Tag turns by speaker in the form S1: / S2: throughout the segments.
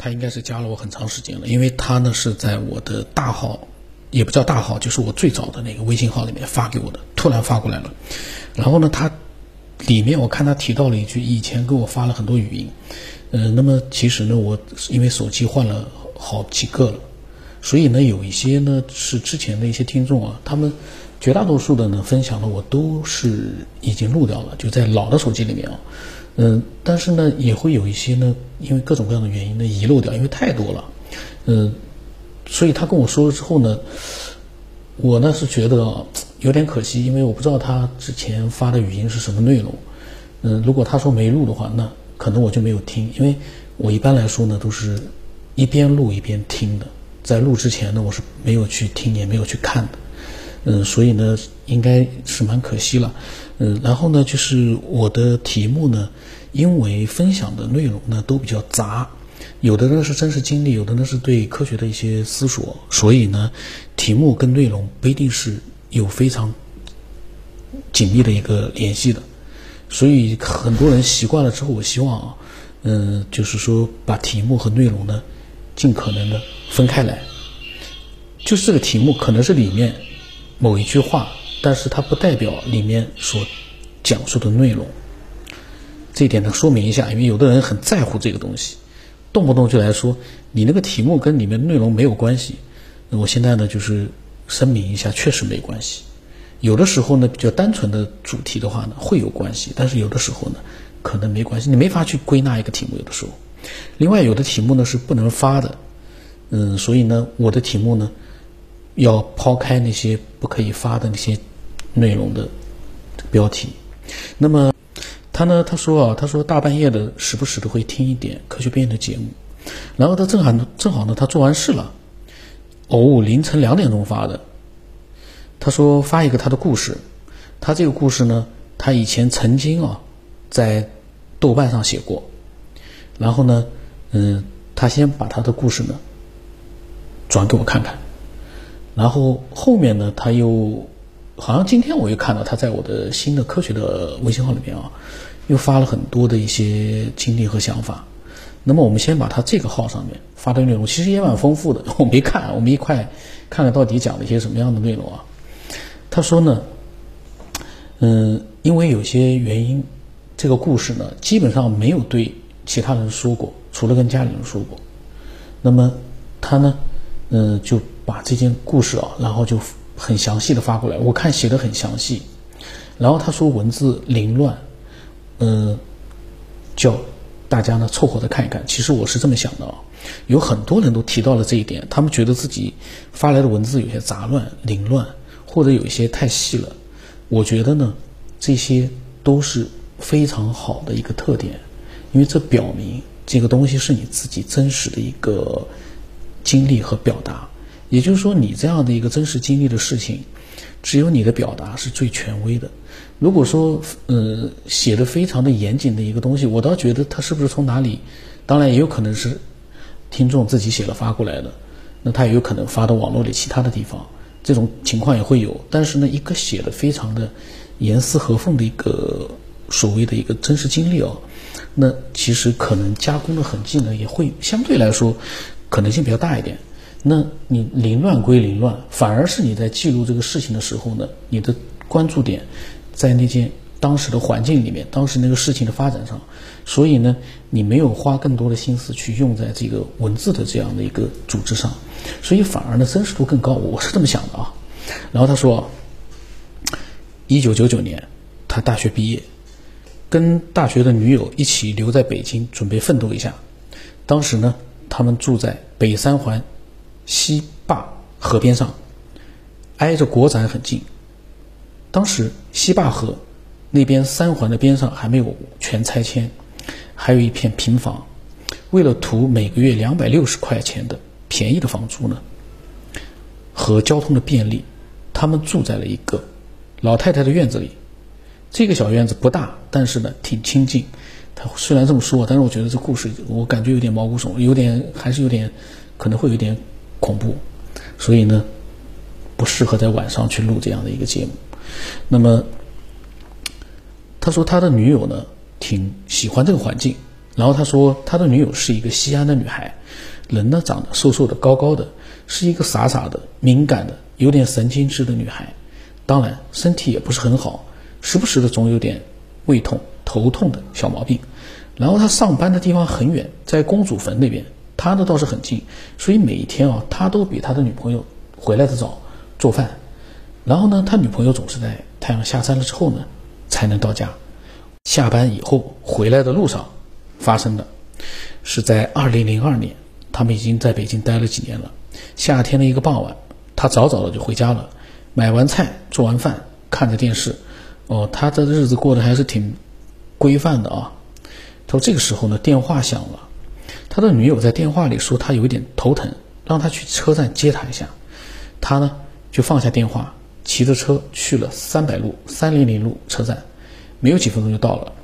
S1: 他应该是加了我很长时间了，因为他呢是在我的大号，也不叫大号，就是我最早的那个微信号里面发给我的，突然发过来了。然后呢，他里面我看他提到了一句，以前给我发了很多语音，那么其实呢，我因为手机换了好几个了，所以呢，有一些呢是之前的一些听众啊，他们绝大多数的呢分享的我都是已经录掉了，就在老的手机里面啊。但是呢，也会有一些呢，因为各种各样的原因呢遗漏掉，因为太多了，所以他跟我说了之后呢，我呢是觉得有点可惜，因为我不知道他之前发的语音是什么内容。如果他说没录的话，那可能我就没有听，因为我一般来说呢都是一边录一边听的，在录之前呢我是没有去听也没有去看的，所以呢应该是蛮可惜了。然后呢就是我的题目呢，因为分享的内容呢都比较杂，有的呢是真实经历，有的呢是对科学的一些思索，所以呢题目跟内容不一定是有非常紧密的一个联系的，所以很多人习惯了之后，我希望就是说把题目和内容呢尽可能的分开来，就是这个题目可能是里面某一句话，但是它不代表里面所讲述的内容，这一点呢说明一下，因为有的人很在乎这个东西，动不动就来说你那个题目跟里面内容没有关系。我现在呢就是声明一下，确实没关系。有的时候呢比较单纯的主题的话呢会有关系，但是有的时候呢可能没关系，你没法去归纳一个题目，有的时候。另外有的题目呢是不能发的，所以呢我的题目呢要抛开那些不可以发的那些内容的标题。那么他说大半夜的时不时的会听一点科学边缘的节目，然后他正好呢他做完事了，凌晨2点钟发的。他说发一个他的故事，他这个故事呢他以前曾经在豆瓣上写过，然后呢他先把他的故事呢转给我看看，然后后面呢他又好像今天我又看到他在我的新的科学的微信号里面又发了很多的一些经历和想法。那么我们先把他这个号上面发的内容其实也蛮丰富的，我没看，我们一块看看到底讲了一些什么样的内容啊。他说呢因为有些原因，这个故事呢基本上没有对其他人说过，除了跟家里人说过。那么他呢就把这件故事然后就很详细的发过来，我看写的很详细。然后他说文字凌乱，叫大家呢凑合的看一看。其实我是这么想的有很多人都提到了这一点，他们觉得自己发来的文字有些杂乱凌乱，或者有一些太细了。我觉得呢这些都是非常好的一个特点，因为这表明这个东西是你自己真实的一个经历和表达。也就是说你这样的一个真实经历的事情，只有你的表达是最权威的。如果说写的非常的严谨的一个东西，我倒觉得他是不是从哪里，当然也有可能是听众自己写了发过来的，那他也有可能发到网络里其他的地方，这种情况也会有。但是呢一个写的非常的严丝合缝的一个所谓的一个真实经历那其实可能加工的痕迹呢也会相对来说可能性比较大一点。那你凌乱归凌乱，反而是你在记录这个事情的时候呢，你的关注点在那件当时的环境里面，当时那个事情的发展上，所以呢你没有花更多的心思去用在这个文字的这样的一个组织上，所以反而呢真实度更高，我是这么想的然后他说1999年他大学毕业，跟大学的女友一起留在北京准备奋斗一下。当时呢他们住在北三环西坝河边上，挨着国展很近。当时西坝河那边三环的边上还没有全拆迁，还有一片平房。为了图每个月260块钱的便宜的房租呢和交通的便利，他们住在了一个老太太的院子里。这个小院子不大，但是呢挺清静。他虽然这么说，但是我觉得这故事我感觉有点毛骨悚然，还是有点可能会有点恐怖，所以呢不适合在晚上去录这样的一个节目。那么他说他的女友呢挺喜欢这个环境， 然后他说他的女友是一个西安的女孩，人呢长得瘦瘦的高高的，是一个傻傻的敏感的有点神经质的女孩，当然身体也不是很好，时不时的总有点胃痛头痛的小毛病。然后他上班的地方很远，在公主坟那边，他的倒是很近，所以每一天他都比他的女朋友回来的早做饭。然后呢，他女朋友总是在太阳下山了之后呢才能到家，下班以后回来的路上发生的。是在2002年，他们已经在北京待了几年了。夏天的一个傍晚，他早早的就回家了，买完菜做完饭，看着电视。他的日子过得还是挺规范的啊。他说这个时候呢，电话响了，他的女友在电话里说他有一点头疼，让他去车站接他一下。他呢就放下电话，骑着车去了300路车站，没有几分钟就到了。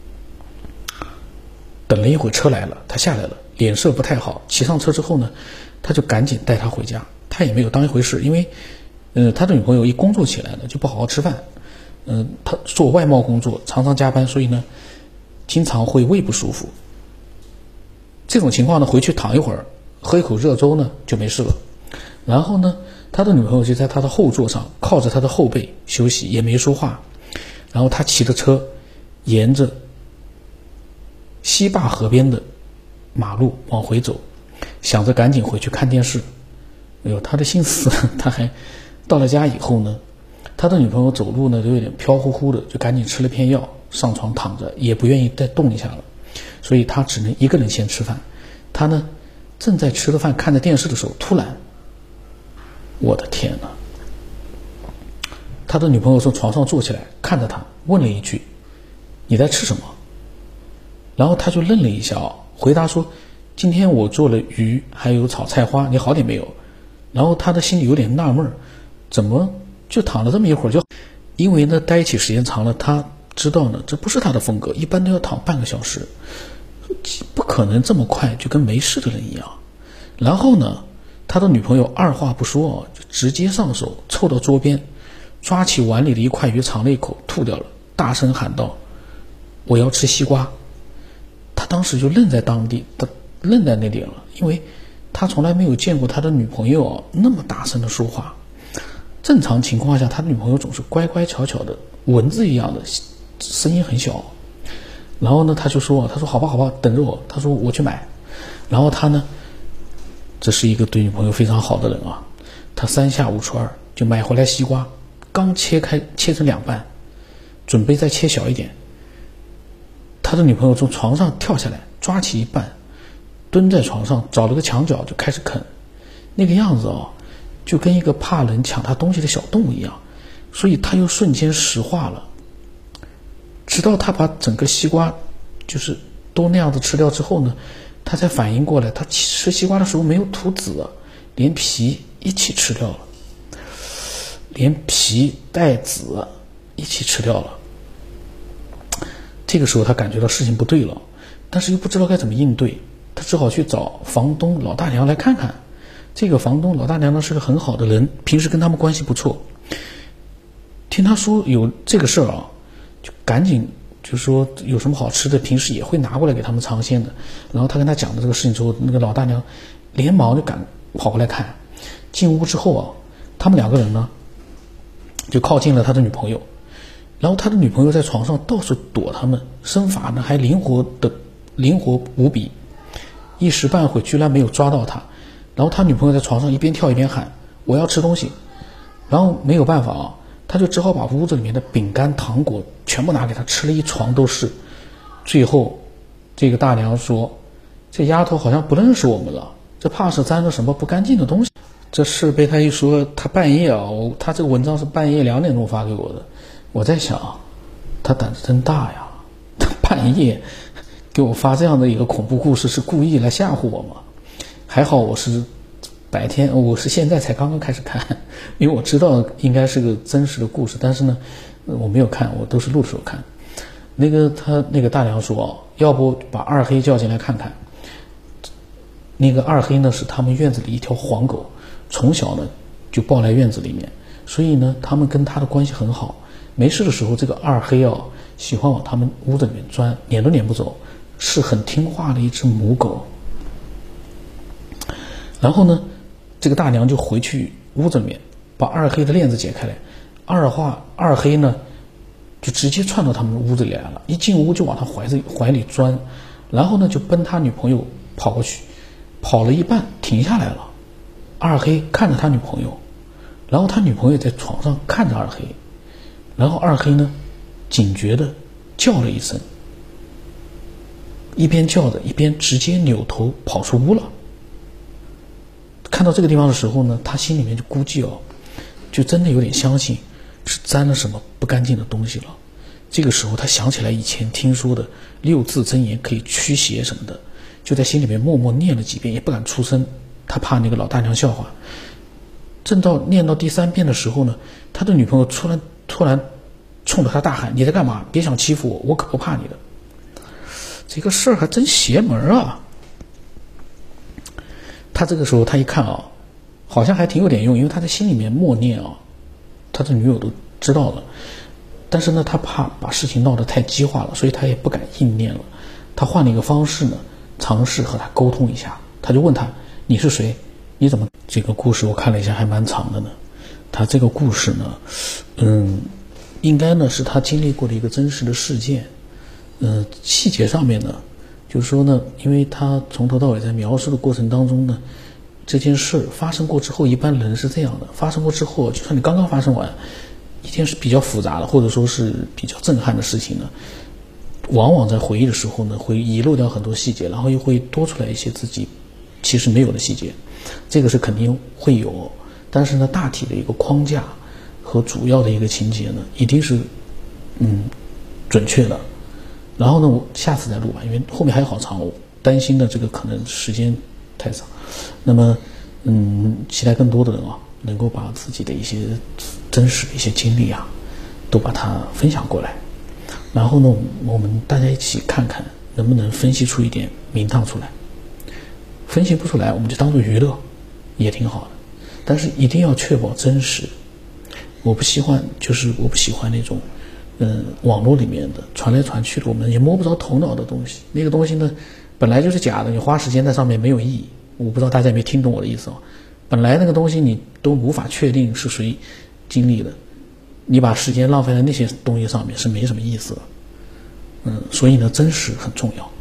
S1: 等了一会车来了，他下来了，脸色不太好。骑上车之后呢，他就赶紧带他回家。他也没有当一回事，因为他的女朋友一工作起来了就不好好吃饭。他做外贸工作，常常加班，所以呢经常会胃不舒服。这种情况呢，回去躺一会儿，喝一口热粥呢就没事了。然后呢，他的女朋友就在他的后座上靠着他的后背休息，也没说话。然后他骑着车沿着西坝河边的马路往回走，想着赶紧回去看电视。他的心思他还到了家以后呢，他的女朋友走路呢就有点飘忽忽的，就赶紧吃了片药，上床躺着，也不愿意再动一下了，所以他只能一个人先吃饭。他呢正在吃着饭看着电视的时候，突然，我的天哪！他的女朋友从床上坐起来，看着他问了一句：“你在吃什么？”然后他就愣了一下回答说：“今天我做了鱼，还有炒菜花，你好点没有？”然后他的心里有点纳闷，怎么就躺了这么一会儿就？因为呢待一起时间长了，他知道呢这不是他的风格，一般都要躺半个小时，不可能这么快就跟没事的人一样。然后呢，他的女朋友二话不说就直接上手凑到桌边，抓起碗里的一块鱼尝了一口，吐掉了，大声喊道：“我要吃西瓜！”他当时就愣在那里了，因为他从来没有见过他的女朋友那么大声的说话。正常情况下，他的女朋友总是乖乖巧巧的，蚊子一样的，声音很小。然后呢，他说好吧，等着我。他说我去买。然后他呢，这是一个对女朋友非常好的人啊，他3下5除2就买回来西瓜，刚切成2半，准备再切小一点。他的女朋友从床上跳下来，抓起一半，蹲在床上找了个墙角就开始啃，那个样子就跟一个怕人抢他东西的小动物一样，所以他又瞬间石化了。直到他把整个西瓜就是都那样子吃掉之后呢，他才反应过来，他吃西瓜的时候没有吐籽，连皮一起吃掉了，连皮带籽一起吃掉了。这个时候他感觉到事情不对了，但是又不知道该怎么应对，他只好去找房东老大娘来看看。这个房东老大娘呢是个很好的人，平时跟他们关系不错。听他说有这个事儿就赶紧就说有什么好吃的，平时也会拿过来给他们尝鲜的。然后他跟他讲的这个事情之后，那个老大娘连忙就赶跑过来看。进屋之后他们2个人呢就靠近了他的女朋友。然后他的女朋友在床上到处躲他们，身法呢还灵活无比，一时半会居然没有抓到他。然后他女朋友在床上一边跳一边喊：“我要吃东西！”然后没有办法他就只好把屋子里面的饼干糖果全部拿给他吃了，一床都是。最后这个大娘说：“这丫头好像不认识我们了，这怕是沾了什么不干净的东西。”这事被他一说，他半夜他这个文章是半夜2点钟发给我的。我在想，他胆子真大呀！他半夜给我发这样的一个恐怖故事，是故意来吓唬我吗？还好我是白天，我是现在才刚刚开始看，因为我知道应该是个真实的故事，但是呢，我没有看，我都是录的时候看。他那个大娘说要不把二黑叫进来看看。那个二黑呢是他们院子里一条黄狗，从小呢就抱来院子里面，所以呢他们跟他的关系很好。没事的时候，这个二黑喜欢往他们屋子里面钻，撵都撵不走。 是很听话的一只母狗。然后呢，这个大娘就回去屋子里面，把二黑的链子解开来。二黑呢，就直接窜到他们屋子里来了，一进屋就往他怀里钻，然后呢就奔他女朋友跑过去，跑了一半停下来了。二黑看着他女朋友，然后他女朋友在床上看着二黑，然后二黑呢警觉的叫了一声，一边叫着一边直接扭头跑出屋了。看到这个地方的时候呢，他心里面就估计就真的有点相信是沾了什么不干净的东西了。这个时候他想起来以前听说的6字真言可以驱邪什么的，就在心里面默默念了几遍，也不敢出声，他怕那个老大娘笑话。正到念到第3遍的时候呢，他的女朋友突然冲着他大喊：“你在干嘛？别想欺负我，我可不怕你的。”这个事儿还真邪门啊！他这个时候他一看好像还挺有点用，因为他在心里面默念他的女友都知道了。但是呢，他怕把事情闹得太激化了，所以他也不敢硬念了。他换了一个方式呢，尝试和他沟通一下。他就问他：“你是谁？你怎么？”这个故事我看了一下，还蛮长的呢。他这个故事呢，应该呢是他经历过的一个真实的事件。细节上面呢，就是说呢，因为他从头到尾在描述的过程当中呢，这件事发生过之后，一般人是这样的：发生过之后，就算你刚刚发生完一件是比较复杂的，或者说是比较震撼的事情呢，往往在回忆的时候呢，会遗漏掉很多细节，然后又会多出来一些自己其实没有的细节。这个是肯定会有，但是呢，大体的一个框架和主要的一个情节呢，一定是准确的。然后呢，我下次再录吧，因为后面还好长，我担心的这个可能时间太长。那么期待更多的人能够把自己的一些真实的一些经历都把它分享过来，然后呢，我们大家一起看看能不能分析出一点名堂出来。分析不出来，我们就当做娱乐，也挺好的。但是一定要确保真实。我不喜欢那种网络里面的传来传去的，我们也摸不着头脑的东西。那个东西呢，本来就是假的，你花时间在上面没有意义。我不知道大家有没有听懂我的意思本来那个东西你都无法确定是谁经历的，你把时间浪费在那些东西上面是没什么意思的。所以呢，真实很重要。